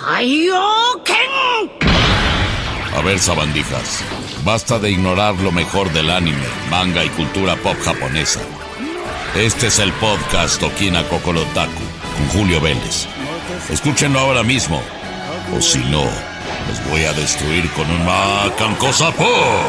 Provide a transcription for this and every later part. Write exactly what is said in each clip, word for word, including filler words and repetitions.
Kaioken. A ver, sabandijas, basta de ignorar lo mejor del anime, manga y cultura pop japonesa. Este es el podcast Okina Kokorotaku con Julio Vélez. Escúchenlo ahora mismo, o si no, los voy a destruir con un macancosapo.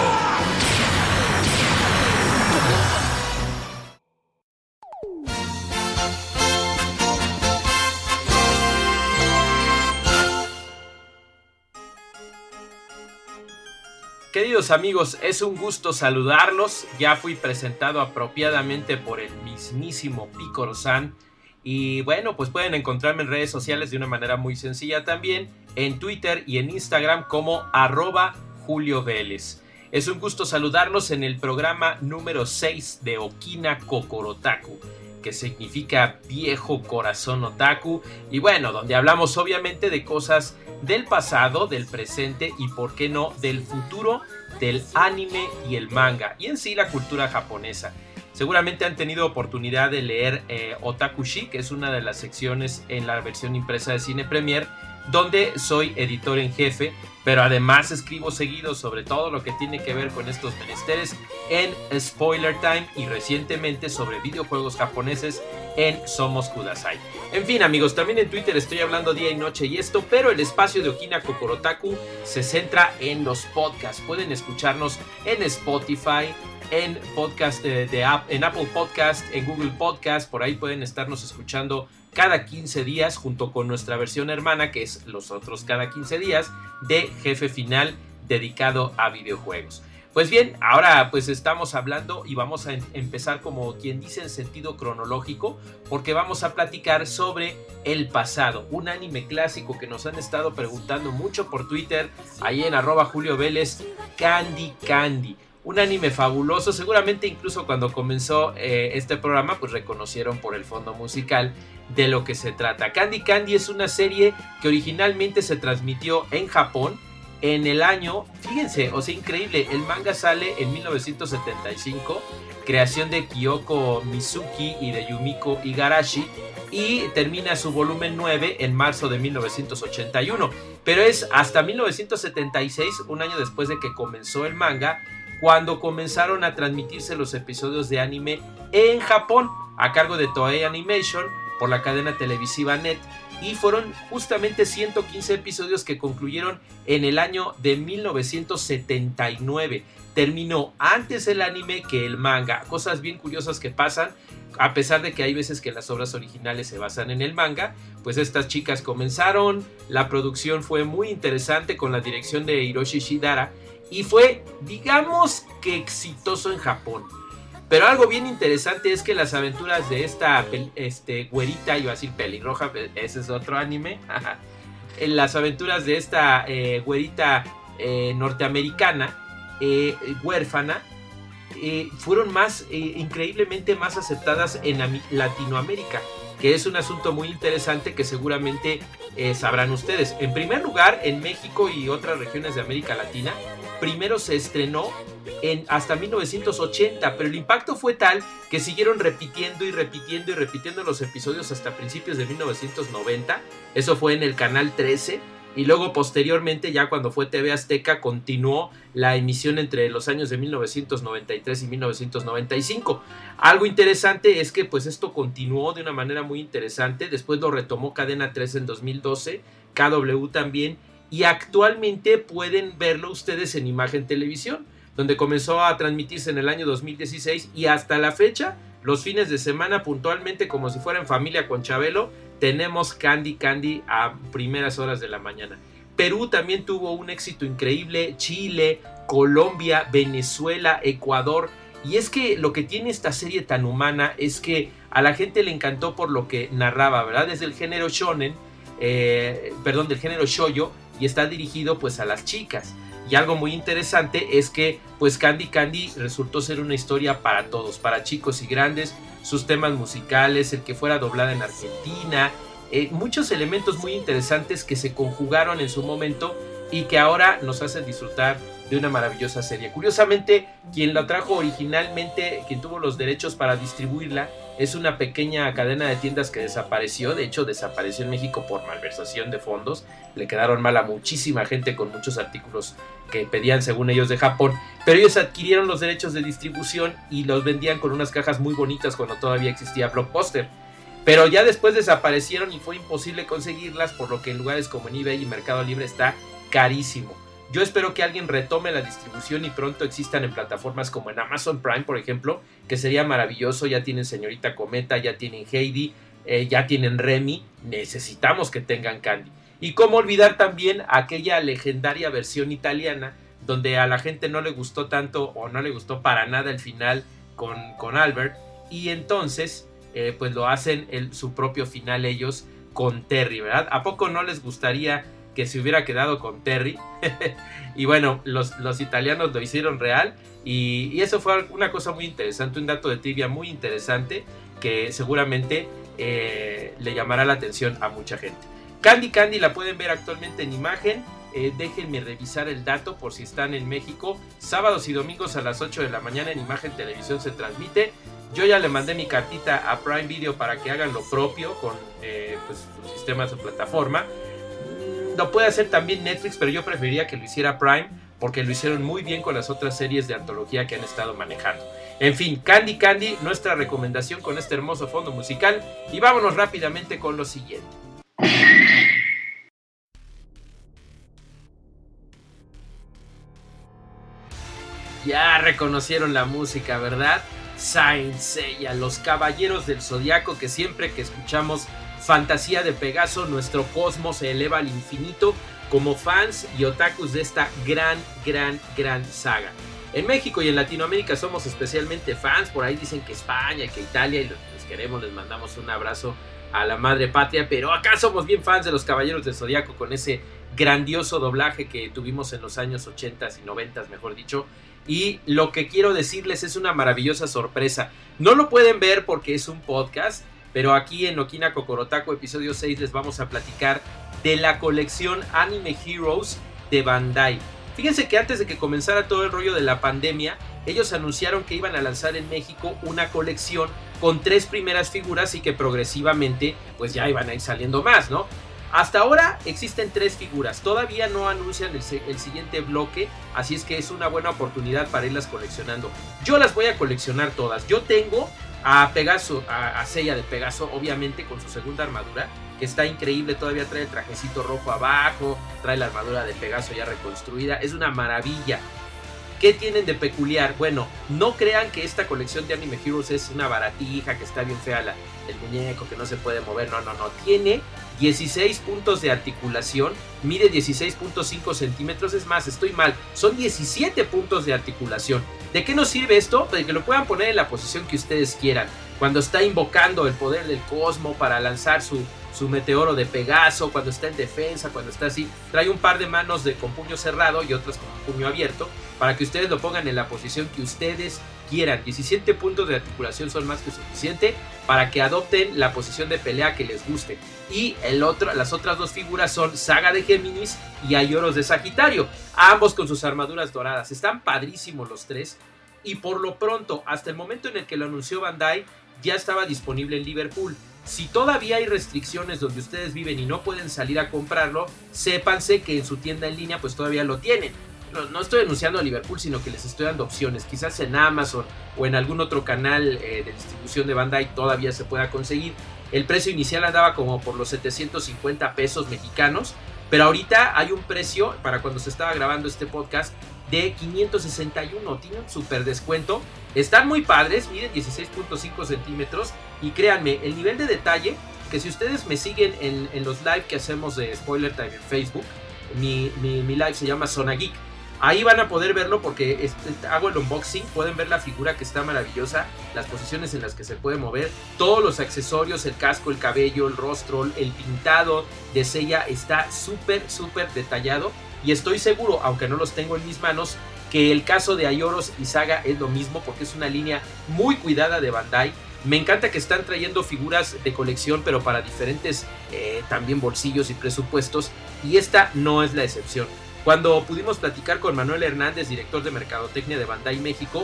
Queridos amigos, es un gusto saludarlos. Ya fui presentado apropiadamente por el mismísimo Picoro-san. Y bueno, pues pueden encontrarme en redes sociales de una manera muy sencilla también, en Twitter y en Instagram como arroba Julio Vélez. Es un gusto saludarlos en el programa número seis de Okina Kokorotaku, que significa viejo corazón otaku, y bueno, donde hablamos obviamente de cosas del pasado, del presente y por qué no del futuro del anime y el manga, y en sí la cultura japonesa. Seguramente han tenido oportunidad de leer eh, Otakushi, que es una de las secciones en la versión impresa de Cine Premier, donde soy editor en jefe, pero además escribo seguido sobre todo lo que tiene que ver con estos menesteres en Spoiler Time y recientemente sobre videojuegos japoneses en Somos Kudasai. En fin, amigos, también en Twitter estoy hablando día y noche y esto, pero el espacio de Okina Kokorotaku se centra en los podcasts. Pueden escucharnos en Spotify, en podcast de, de app, en Apple Podcast, en Google Podcast, por ahí pueden estarnos escuchando cada quince días junto con nuestra versión hermana, que es los otros cada quince días, de Jefe Final, dedicado a videojuegos. Pues bien, ahora pues estamos hablando y vamos a em- empezar como quien dice en sentido cronológico, porque vamos a platicar sobre el pasado, un anime clásico que nos han estado preguntando mucho por Twitter, ahí en arroba Julio Vélez, Candy Candy. Un anime fabuloso, seguramente incluso cuando comenzó eh, este programa pues reconocieron por el fondo musical de lo que se trata. Candy Candy es una serie que originalmente se transmitió en Japón en el año, fíjense, o sea, increíble, el manga sale en mil novecientos setenta y cinco, creación de Kyoko Mizuki y de Yumiko Igarashi, y termina su volumen nueve en marzo de mil novecientos ochenta y uno, pero es hasta mil novecientos setenta y seis, un año después de que comenzó el manga, cuando comenzaron a transmitirse los episodios de anime en Japón, a cargo de Toei Animation, por la cadena televisiva Net, y fueron justamente ciento quince episodios que concluyeron en el año de mil novecientos setenta y nueve. Terminó antes el anime que el manga, cosas bien curiosas que pasan, a pesar de que hay veces que las obras originales se basan en el manga, pues estas chicas comenzaron, la producción fue muy interesante con la dirección de Hiroshi Shidara, y fue, digamos que exitoso en Japón. Pero algo bien interesante es que las aventuras de esta este, güerita, iba a decir pelirroja, ese es otro anime, las aventuras de esta eh, güerita eh, norteamericana, eh, huérfana, eh, fueron más, eh, increíblemente más aceptadas en Latinoamérica, que es un asunto muy interesante que seguramente eh, sabrán ustedes. En primer lugar, en México y otras regiones de América Latina, primero se estrenó en hasta mil novecientos ochenta, pero el impacto fue tal que siguieron repitiendo y repitiendo y repitiendo los episodios hasta principios de mil novecientos noventa. Eso fue en el canal trece, y luego posteriormente, ya cuando fue T V Azteca, continuó la emisión entre los años de mil novecientos noventa y tres y mil novecientos noventa y cinco. Algo interesante es que pues esto continuó de una manera muy interesante. Después lo retomó Cadena trece en dos mil doce, K W también, y actualmente pueden verlo ustedes en Imagen Televisión, donde comenzó a transmitirse en el año dos mil dieciséis, y hasta la fecha, los fines de semana puntualmente, como si fuera en familia con Chabelo, tenemos Candy Candy a primeras horas de la mañana. Perú también tuvo un éxito increíble, Chile, Colombia, Venezuela, Ecuador, y es que lo que tiene esta serie tan humana es que a la gente le encantó por lo que narraba, ¿verdad? Desde el género shonen, eh, perdón, del género shoujo, y está dirigido pues a las chicas. Y algo muy interesante es que pues Candy Candy resultó ser una historia para todos, para chicos y grandes, sus temas musicales, el que fuera doblada en Argentina, eh, muchos elementos muy interesantes que se conjugaron en su momento y que ahora nos hacen disfrutar de una maravillosa serie. Curiosamente, quien la trajo originalmente, quien tuvo los derechos para distribuirla, Es una pequeña cadena de tiendas que desapareció, de hecho desapareció en México por malversación de fondos, le quedaron mal a muchísima gente con muchos artículos que pedían según ellos de Japón, pero ellos adquirieron los derechos de distribución y los vendían con unas cajas muy bonitas cuando todavía existía Blockbuster, pero ya después desaparecieron y fue imposible conseguirlas, por lo que en lugares como en eBay y Mercado Libre está carísimo. Yo espero que alguien retome la distribución y pronto existan en plataformas como en Amazon Prime, por ejemplo, que sería maravilloso. Ya tienen Señorita Cometa, ya tienen Heidi, eh, ya tienen Remy. Necesitamos que tengan Candy. Y cómo olvidar también aquella legendaria versión italiana, donde a la gente no le gustó tanto o no le gustó para nada el final con, con Albert. Y entonces, eh, pues lo hacen el, su propio final ellos con Terry, ¿verdad? ¿A poco no les gustaría que se hubiera quedado con Terry? Y bueno, los, los italianos lo hicieron real y, y eso fue una cosa muy interesante, un dato de trivia muy interesante que seguramente eh, le llamará la atención a mucha gente. Candy Candy la pueden ver actualmente en imagen. Eh, déjenme revisar el dato por si están en México. Sábados y domingos a las ocho de la mañana en Imagen Televisión se transmite. Yo ya le mandé mi cartita a Prime Video para que hagan lo propio con eh, pues, su sistema, su plataforma. Lo puede hacer también Netflix, pero yo preferiría que lo hiciera Prime porque lo hicieron muy bien con las otras series de antología que han estado manejando. En fin, Candy Candy, nuestra recomendación con este hermoso fondo musical. Y vámonos rápidamente con lo siguiente. Ya reconocieron la música, ¿verdad? Saint Seiya, los Caballeros del Zodiaco, que siempre que escuchamos Fantasía de Pegaso, nuestro cosmos se eleva al infinito como fans y otakus de esta gran, gran, gran saga. En México y en Latinoamérica somos especialmente fans, por ahí dicen que España y que Italia, y los queremos, les mandamos un abrazo a la madre patria, pero acá somos bien fans de los Caballeros del Zodiaco con ese grandioso doblaje que tuvimos en los años ochentas y noventas, mejor dicho. Y lo que quiero decirles es una maravillosa sorpresa. No lo pueden ver porque es un podcast, pero aquí en Okina Kokorotaku episodio seis les vamos a platicar de la colección Anime Heroes de Bandai. Fíjense que antes de que comenzara todo el rollo de la pandemia, ellos anunciaron que iban a lanzar en México una colección con tres primeras figuras y que progresivamente pues ya iban a ir saliendo más, ¿no? Hasta ahora existen tres figuras, todavía no anuncian el, el siguiente bloque, así es que es una buena oportunidad para irlas coleccionando. Yo las voy a coleccionar todas. Yo tengo a Pegaso, a, a Seiya de Pegaso, obviamente con su segunda armadura, que está increíble, todavía trae el trajecito rojo abajo, trae la armadura de Pegaso ya reconstruida, es una maravilla. ¿Qué tienen de peculiar? Bueno, no crean que esta colección de Anime Heroes es una baratija, que está bien fea la, el muñeco, que no se puede mover, no, no, no, tiene dieciséis puntos de articulación, mide dieciséis punto cinco centímetros, es más, estoy mal, son diecisiete puntos de articulación. ¿De qué nos sirve esto? De que lo puedan poner en la posición que ustedes quieran, cuando está invocando el poder del cosmo para lanzar su, su meteoro de Pegaso, cuando está en defensa, cuando está así, trae un par de manos de, con puño cerrado y otras con puño abierto, para que ustedes lo pongan en la posición que ustedes quieran. diecisiete puntos de articulación son más que suficiente para que adopten la posición de pelea que les guste. Y el otro, las otras dos figuras son Saga de Géminis y Aioros de Sagitario, ambos con sus armaduras doradas. Están padrísimos los tres. Y por lo pronto, hasta el momento en el que lo anunció Bandai, ya estaba disponible en Liverpool. Si todavía hay restricciones donde ustedes viven y no pueden salir a comprarlo, sépanse que en su tienda en línea pues todavía lo tienen. No, no estoy anunciando a Liverpool, sino que les estoy dando opciones. Quizás en Amazon o en algún otro canal eh, de distribución de Bandai todavía se pueda conseguir. El precio inicial andaba como por los setecientos cincuenta pesos mexicanos, pero ahorita hay un precio, para cuando se estaba grabando este podcast, de quinientos sesenta y uno. Tiene un super descuento. Están muy padres, miden dieciséis punto cinco centímetros. Y créanme, el nivel de detalle, que si ustedes me siguen en, en los live que hacemos de Spoiler Time en Facebook, mi, mi, mi live se llama Zona Geek. Ahí van a poder verlo porque es, hago el unboxing, pueden ver la figura que está maravillosa, las posiciones en las que se puede mover, todos los accesorios, el casco, el cabello, el rostro, el pintado de Seiya está súper, súper detallado. Y estoy seguro, aunque no los tengo en mis manos, que el caso de Aioros y Saga es lo mismo porque es una línea muy cuidada de Bandai. Me encanta que están trayendo figuras de colección, pero para diferentes eh, también bolsillos y presupuestos, y esta no es la excepción. Cuando pudimos platicar con Manuel Hernández, director de Mercadotecnia de Bandai México,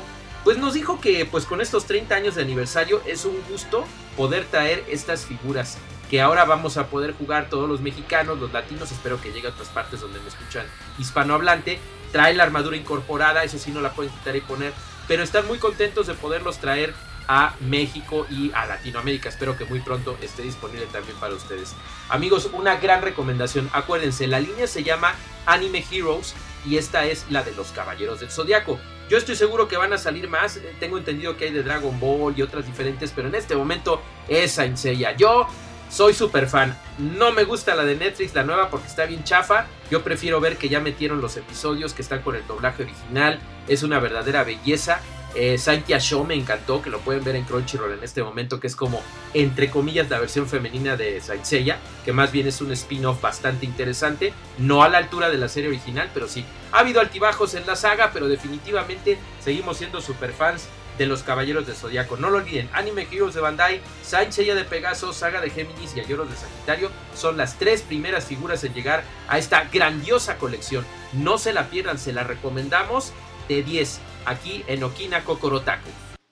pues nos dijo que pues con estos treinta años de aniversario es un gusto poder traer estas figuras que ahora vamos a poder jugar todos los mexicanos, los latinos, espero que llegue a otras partes donde me escuchan hispanohablante. Trae la armadura incorporada, eso sí no la pueden quitar y poner, pero están muy contentos de poderlos traer a México y a Latinoamérica. Espero que muy pronto esté disponible también para ustedes. Amigos, una gran recomendación, acuérdense, la línea se llama Anime Heroes y esta es la de los Caballeros del Zodiaco. Yo estoy seguro que van a salir más, tengo entendido que hay de Dragon Ball y otras diferentes, pero en este momento es Saint Seiya. Yo soy súper fan, no me gusta la de Netflix, la nueva, porque está bien chafa. Yo prefiero ver que ya metieron los episodios que están con el doblaje original, es una verdadera belleza. eh, Saintia Show me encantó, que lo pueden ver en Crunchyroll en este momento, que es como, entre comillas, la versión femenina de Saint Seiya, que más bien es un spin-off bastante interesante, no a la altura de la serie original, pero sí, ha habido altibajos en la saga, pero definitivamente seguimos siendo super fans de los Caballeros del Zodiaco. No lo olviden, Anime Heroes de Bandai, Saint Seiya de Pegaso, Saga de Géminis y Ayoros de Sagitario son las tres primeras figuras en llegar a esta grandiosa colección. No se la pierdan, se la recomendamos de diez aquí en Okina Kokorotaku.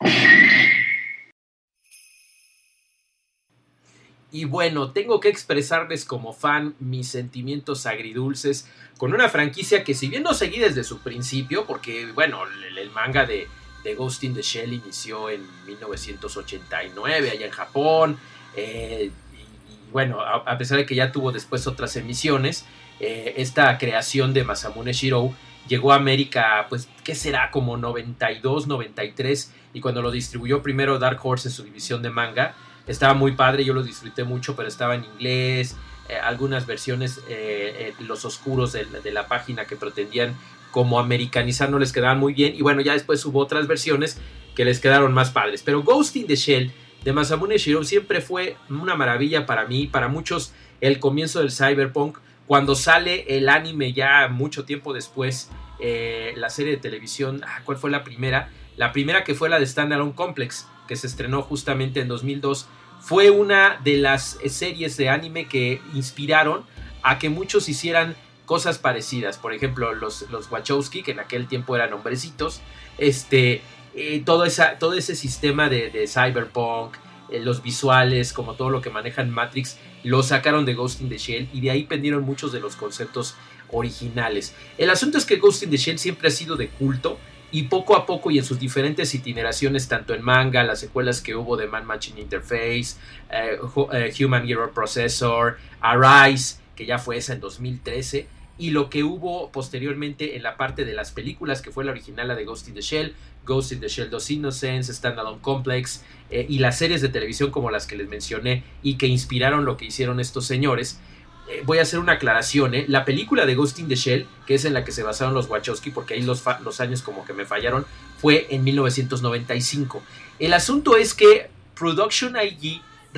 Y bueno, tengo que expresarles como fan mis sentimientos agridulces con una franquicia que, si bien no seguí desde su principio, porque bueno, el, el manga de de Ghost in the Shell inició en mil novecientos ochenta y nueve allá en Japón, eh, y, y bueno, a, a pesar de que ya tuvo después otras emisiones, eh, esta creación de Masamune Shirow llegó a América, pues, ¿qué será? Como noventa y dos, noventa y tres, y cuando lo distribuyó primero Dark Horse en su división de manga, estaba muy padre, yo lo disfruté mucho, pero estaba en inglés, eh, algunas versiones, eh, eh, los oscuros de, de la página que pretendían como americanizar no les quedaban muy bien, y bueno, ya después hubo otras versiones que les quedaron más padres, pero Ghost in the Shell de Masamune Shirow siempre fue una maravilla para mí, para muchos el comienzo del cyberpunk. Cuando sale el anime ya mucho tiempo después, eh, la serie de televisión, ah, ¿cuál fue la primera? La primera, que fue la de Standalone Complex, que se estrenó justamente en dos mil dos, fue una de las series de anime que inspiraron a que muchos hicieran cosas parecidas. Por ejemplo, los, los Wachowski, que en aquel tiempo eran hombrecitos, este, eh, todo, esa, todo ese sistema de, de cyberpunk, eh, los visuales, como todo lo que manejan Matrix, lo sacaron de Ghost in the Shell, y de ahí pendieron muchos de los conceptos originales. El asunto es que Ghost in the Shell siempre ha sido de culto, y poco a poco y en sus diferentes itineraciones, tanto en manga, las secuelas que hubo de Man Machine Interface, eh, Human Error Processor, Arise, que ya fue esa en dos mil trece, y lo que hubo posteriormente en la parte de las películas, que fue la original, la de Ghost in the Shell, Ghost in the Shell dos Innocents, Standalone Complex, eh, y las series de televisión como las que les mencioné y que inspiraron lo que hicieron estos señores. Eh, voy a hacer una aclaración, ¿eh? La película de Ghost in the Shell, que es en la que se basaron los Wachowski, porque ahí los, fa- los años como que me fallaron, fue en mil novecientos noventa y cinco. El asunto es que Production I G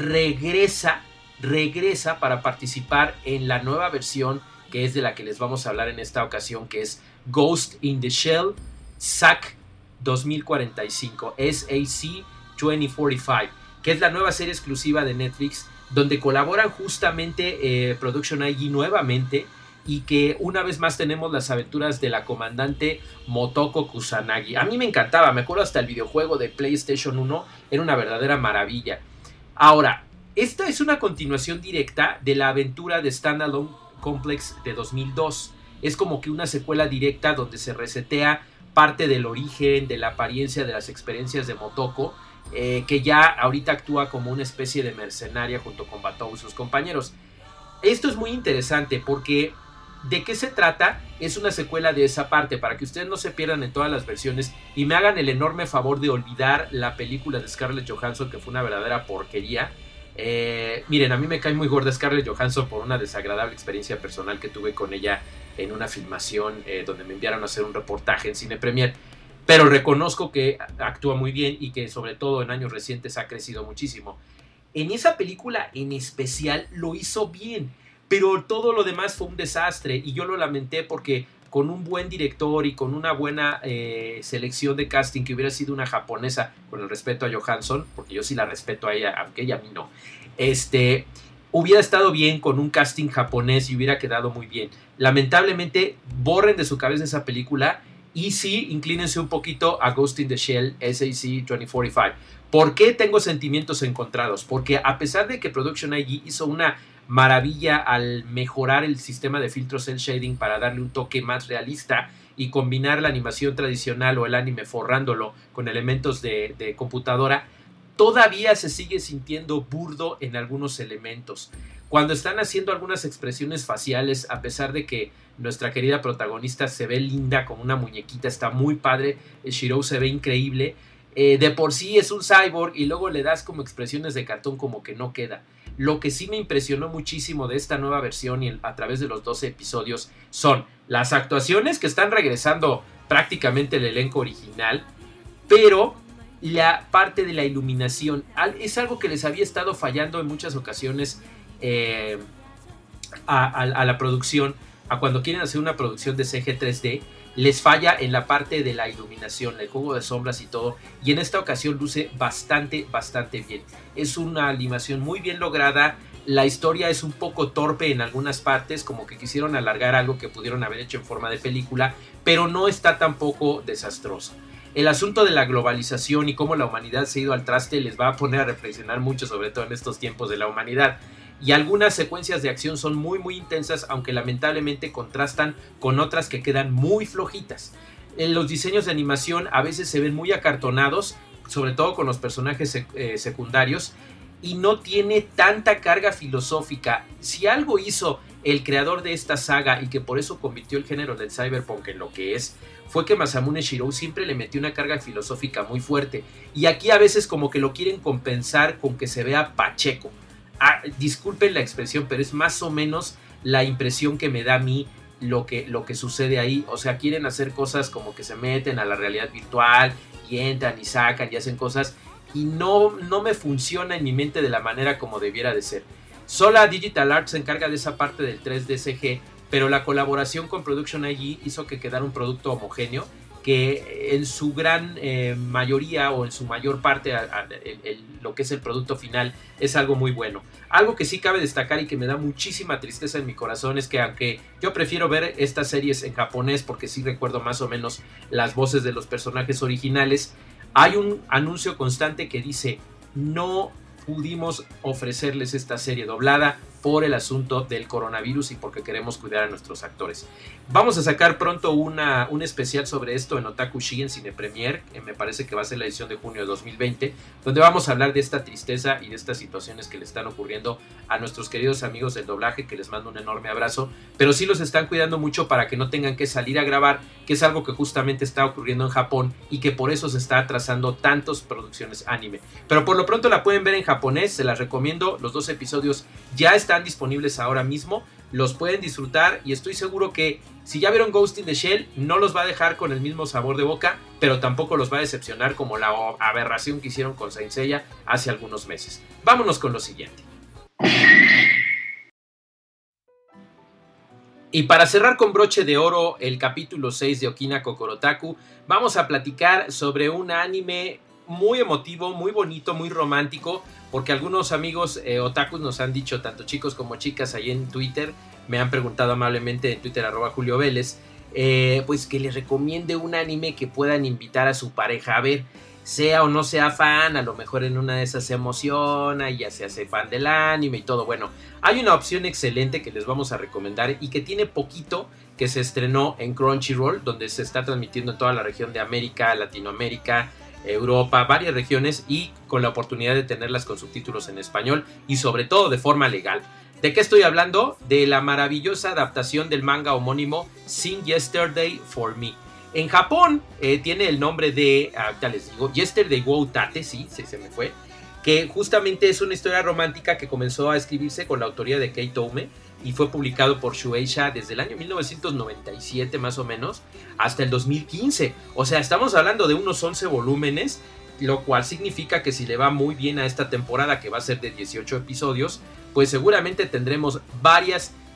regresa regresa para participar en la nueva versión, que es de la que les vamos a hablar en esta ocasión, que es Ghost in the Shell S A C dos mil cuarenta y cinco, S A C dos mil cuarenta y cinco, que es la nueva serie exclusiva de Netflix, donde colaboran justamente eh, Production I G nuevamente, y que una vez más tenemos las aventuras de la comandante Motoko Kusanagi. A mí me encantaba, me acuerdo hasta el videojuego de PlayStation uno, era una verdadera maravilla. Ahora, esta es una continuación directa de la aventura de Standalone Complex de dos mil dos. Es como que una secuela directa donde se resetea parte del origen, de la apariencia, de las experiencias de Motoko, eh, que ya ahorita actúa como una especie de mercenaria junto con Batou y sus compañeros. Esto es muy interesante porque ¿de qué se trata? Es una secuela de esa parte, para que ustedes no se pierdan en todas las versiones y me hagan el enorme favor de olvidar la película de Scarlett Johansson, que fue una verdadera porquería. Eh, miren, a mí me cae muy gorda Scarlett Johansson por una desagradable experiencia personal que tuve con ella en una filmación eh, donde me enviaron a hacer un reportaje en Cine Premier, pero reconozco que actúa muy bien y que sobre todo en años recientes ha crecido muchísimo. En esa película en especial lo hizo bien, pero todo lo demás fue un desastre, y yo lo lamenté porque con un buen director y con una buena eh, selección de casting, que hubiera sido una japonesa, con el respeto a Johansson, porque yo sí la respeto a ella, aunque ella a mí no, este, hubiera estado bien con un casting japonés y hubiera quedado muy bien. Lamentablemente borren de su cabeza esa película Y sí, inclínense un poquito a Ghost in the Shell S A C veinte cuarenta y cinco. ¿Por qué tengo sentimientos encontrados? Porque a pesar de que Production I G hizo una maravilla al mejorar el sistema de filtro cel shading para darle un toque más realista y combinar la animación tradicional o el anime forrándolo con elementos de, de computadora, todavía se sigue sintiendo burdo en algunos elementos. Cuando están haciendo algunas expresiones faciales, a pesar de que nuestra querida protagonista se ve linda como una muñequita, está muy padre, Shirou se ve increíble, eh, de por sí es un cyborg y luego le das como expresiones de cartón como que no queda. Lo que sí me impresionó muchísimo de esta nueva versión y a través de los doce episodios son las actuaciones, que están regresando prácticamente el elenco original, pero la parte de la iluminación es algo que les había estado fallando en muchas ocasiones eh, a, a, a la producción, a cuando quieren hacer una producción de C G tres D, les falla en la parte de la iluminación, el juego de sombras y todo, y en esta ocasión luce bastante, bastante bien. Es una animación muy bien lograda, la historia es un poco torpe en algunas partes, como que quisieron alargar algo que pudieron haber hecho en forma de película, pero no está tampoco desastroso. El asunto de la globalización y cómo la humanidad se ha ido al traste les va a poner a reflexionar mucho, sobre todo en estos tiempos de la humanidad. Y algunas secuencias de acción son muy muy intensas, aunque lamentablemente contrastan con otras que quedan muy flojitas. En los diseños de animación a veces se ven muy acartonados, sobre todo con los personajes sec- eh, secundarios, y no tiene tanta carga filosófica. Si algo hizo el creador de esta saga y que por eso convirtió el género del cyberpunk en lo que es, fue que Masamune Shirow siempre le metió una carga filosófica muy fuerte, y aquí a veces como que lo quieren compensar con que se vea pacheco. Ah, disculpen la expresión, pero es más o menos la impresión que me da a mí lo que, lo que sucede ahí. O sea, quieren hacer cosas como que se meten a la realidad virtual y entran y sacan y hacen cosas, y no, no me funciona en mi mente de la manera como debiera de ser. Sola Digital Arts se encarga de esa parte del tres D C G, pero la colaboración con Production I G hizo que quedara un producto homogéneo que en su gran eh, mayoría o en su mayor parte a, a, el, el, lo que es el producto final es algo muy bueno. Algo que sí cabe destacar y que me da muchísima tristeza en mi corazón es que, aunque yo prefiero ver estas series en japonés porque sí recuerdo más o menos las voces de los personajes originales, hay un anuncio constante que dice: no pudimos ofrecerles esta serie doblada por el asunto del coronavirus y porque queremos cuidar a nuestros actores. Vamos a sacar pronto una, un especial sobre esto en Otaku Shi en Cine Premier, que me parece que va a ser la edición de junio de dos mil veinte, donde vamos a hablar de esta tristeza y de estas situaciones que le están ocurriendo a nuestros queridos amigos del doblaje, que les mando un enorme abrazo, pero sí los están cuidando mucho para que no tengan que salir a grabar, que es algo que justamente está ocurriendo en Japón y que por eso se está atrasando tantas producciones anime. Pero por lo pronto la pueden ver en japonés, se las recomiendo, los dos episodios ya están disponibles ahora mismo, los pueden disfrutar y estoy seguro que si ya vieron Ghost in the Shell no los va a dejar con el mismo sabor de boca, pero tampoco los va a decepcionar como la aberración que hicieron con Saint Seiya hace algunos meses. Vámonos con lo siguiente. Y para cerrar con broche de oro el capítulo seis de Okina Kokorotaku, vamos a platicar sobre un anime muy emotivo, muy bonito, muy romántico, porque algunos amigos eh, otakus nos han dicho, tanto chicos como chicas ahí en Twitter, me han preguntado amablemente en Twitter arroba Julio Vélez, eh, pues que les recomiende un anime que puedan invitar a su pareja a ver, sea o no sea fan, a lo mejor en una de esas se emociona y ya se hace fan del anime y todo. Bueno, hay una opción excelente que les vamos a recomendar y que tiene poquito, que se estrenó en Crunchyroll, donde se está transmitiendo en toda la región de América, Latinoamérica, Europa, varias regiones, y con la oportunidad de tenerlas con subtítulos en español y sobre todo de forma legal. ¿De qué estoy hablando? De la maravillosa adaptación del manga homónimo Sing Yesterday for Me. En Japón eh, tiene el nombre de, ahorita les digo, Yesterday wo Utate, sí, sí, se me fue, que justamente es una historia romántica que comenzó a escribirse con la autoría de Kei Toume y fue publicado por Shueisha desde el año mil novecientos noventa y siete más o menos hasta el dos mil quince. O sea, estamos hablando de unos once volúmenes, lo cual significa que si le va muy bien a esta temporada, que va a ser de dieciocho episodios, pues seguramente tendremos varias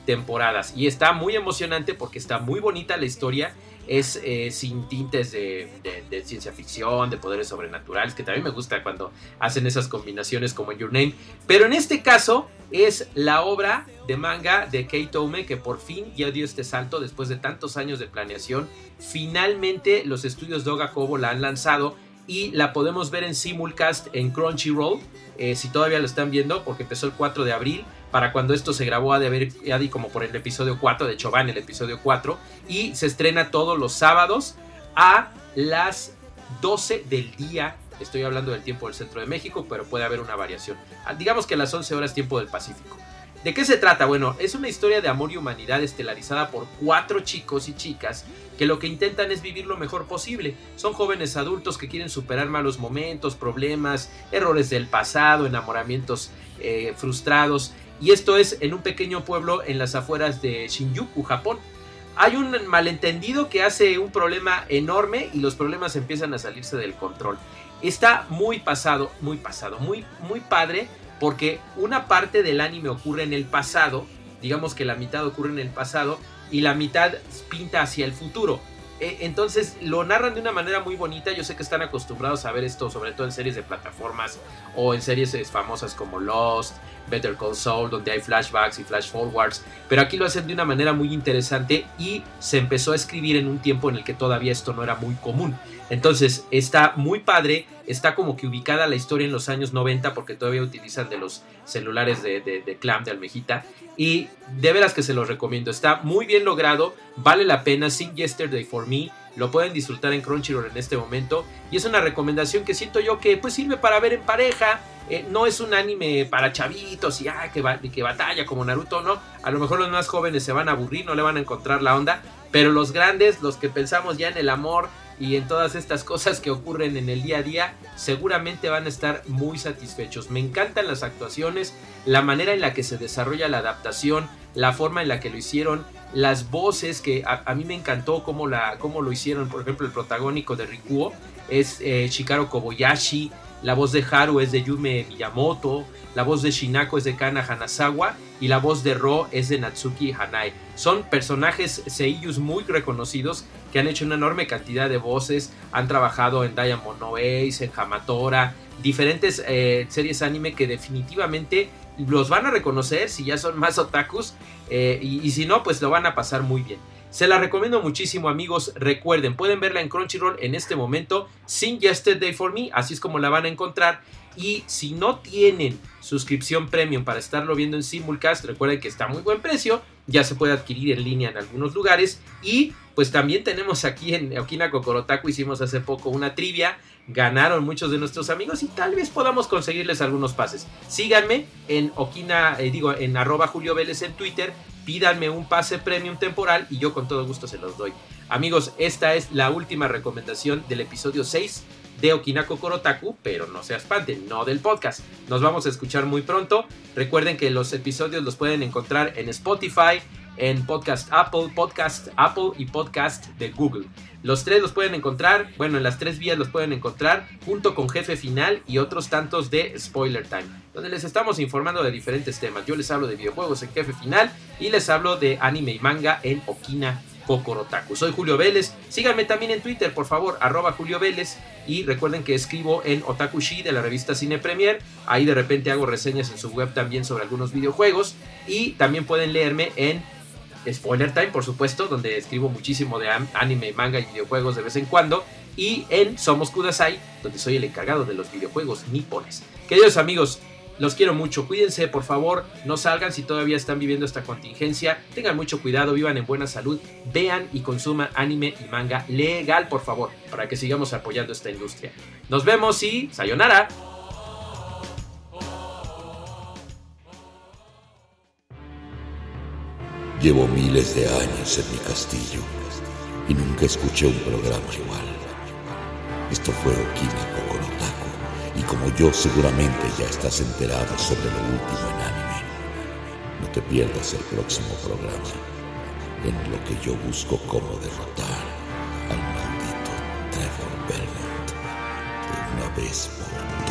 temporadas. Y está muy emocionante porque está muy bonita la historia. Es eh, sin tintes de, de, de ciencia ficción, de poderes sobrenaturales, que también me gusta cuando hacen esas combinaciones como en Your Name. Pero en este caso es la obra de manga de Kei Tome, que por fin ya dio este salto después de tantos años de planeación. Finalmente los estudios Doga Kobo la han lanzado y la podemos ver en simulcast en Crunchyroll, eh, si todavía lo están viendo, porque empezó el cuatro de abril. Para cuando esto se grabó ha de haber ya como por el episodio cuatro, de hecho va en el episodio cuatro, y se estrena todos los sábados a las doce del día. Estoy hablando del tiempo del centro de México, pero puede haber una variación. Digamos que a las once horas tiempo del Pacífico. ¿De qué se trata? Bueno, es una historia de amor y humanidad estelarizada por cuatro chicos y chicas que lo que intentan es vivir lo mejor posible. Son jóvenes adultos que quieren superar malos momentos, problemas, errores del pasado, enamoramientos eh, frustrados. Y esto es en un pequeño pueblo en las afueras de Shinjuku, Japón. Hay un malentendido que hace un problema enorme y los problemas empiezan a salirse del control. Está muy pasado, muy pasado, muy, muy padre, porque una parte del anime ocurre en el pasado, digamos que la mitad ocurre en el pasado y la mitad pinta hacia el futuro. Entonces lo narran de una manera muy bonita. Yo sé que están acostumbrados a ver esto, sobre todo en series de plataformas o en series famosas como Lost, Better Call Saul, donde hay flashbacks y flash forwards, pero aquí lo hacen de una manera muy interesante y se empezó a escribir en un tiempo en el que todavía esto no era muy común. Entonces está muy padre, está como que ubicada la historia en los años noventa, porque todavía utilizan de los celulares de, de, de Clam, de Almejita, y de veras que se los recomiendo. Está muy bien logrado, vale la pena. Sing Yesterday for Me lo pueden disfrutar en Crunchyroll en este momento, y es una recomendación que siento yo que pues sirve para ver en pareja. Eh, no es un anime para chavitos y ah, que, va, que batalla como Naruto, no. A lo mejor los más jóvenes se van a aburrir, no le van a encontrar la onda, pero los grandes, los que pensamos ya en el amor y en todas estas cosas que ocurren en el día a día, seguramente van a estar muy satisfechos. Me encantan las actuaciones, la manera en la que se desarrolla la adaptación, la forma en la que lo hicieron, las voces, que a, a mí me encantó cómo, la, cómo lo hicieron. Por ejemplo, el protagónico de Rikuo es eh, Shikaro Kobayashi, la voz de Haru es de Yume Miyamoto, la voz de Shinako es de Kana Hanazawa y la voz de Ro es de Natsuki Hanae. Son personajes seiyus muy reconocidos que han hecho una enorme cantidad de voces, han trabajado en Diamond no Ace, en Hamatora, diferentes eh, series anime que definitivamente los van a reconocer si ya son más otakus, eh, y, y si no, pues lo van a pasar muy bien. Se la recomiendo muchísimo, amigos. Recuerden, pueden verla en Crunchyroll en este momento, Sing Yesterday for Me, así es como la van a encontrar. Y si no tienen suscripción premium para estarlo viendo en simulcast, recuerden que está a muy buen precio, ya se puede adquirir en línea en algunos lugares. Y pues también tenemos aquí en Okina Kokorotaku, hicimos hace poco una trivia, ganaron muchos de nuestros amigos y tal vez podamos conseguirles algunos pases. Síganme en Okina, eh, digo en arroba Julio Vélez en Twitter, pídanme un pase premium temporal y yo con todo gusto se los doy. Amigos, esta es la última recomendación del episodio seis de Okina Kokorotaku, pero no se espanten, no del podcast. Nos vamos a escuchar muy pronto. Recuerden que los episodios los pueden encontrar en Spotify, en Podcast Apple, Podcast Apple y Podcast de Google. Los tres los pueden encontrar, bueno, en las tres vías los pueden encontrar junto con Jefe Final y otros tantos de Spoiler Time, donde les estamos informando de diferentes temas. Yo les hablo de videojuegos en Jefe Final y les hablo de anime y manga en Okina Kokorotaku. Soy Julio Vélez, síganme también en Twitter, por favor, arroba Julio Vélez, y recuerden que escribo en Otakushi de la revista Cine Premier, ahí de repente hago reseñas en su web también sobre algunos videojuegos, y también pueden leerme en Spoiler Time, por supuesto, donde escribo muchísimo de anime, manga y videojuegos de vez en cuando, y en Somos Kudasai, donde soy el encargado de los videojuegos nipones. Queridos amigos, los quiero mucho, cuídense por favor, no salgan si todavía están viviendo esta contingencia, tengan mucho cuidado, vivan en buena salud, vean y consuman anime y manga legal por favor, para que sigamos apoyando esta industria. Nos vemos y sayonara. Llevo miles de años en mi castillo y nunca escuché un programa igual. Esto fue Okina Kokorotaku. Y como yo seguramente ya estás enterado sobre lo último en anime, no te pierdas el próximo programa en lo que yo busco cómo derrotar al maldito Trevor Belmont de una vez por todas.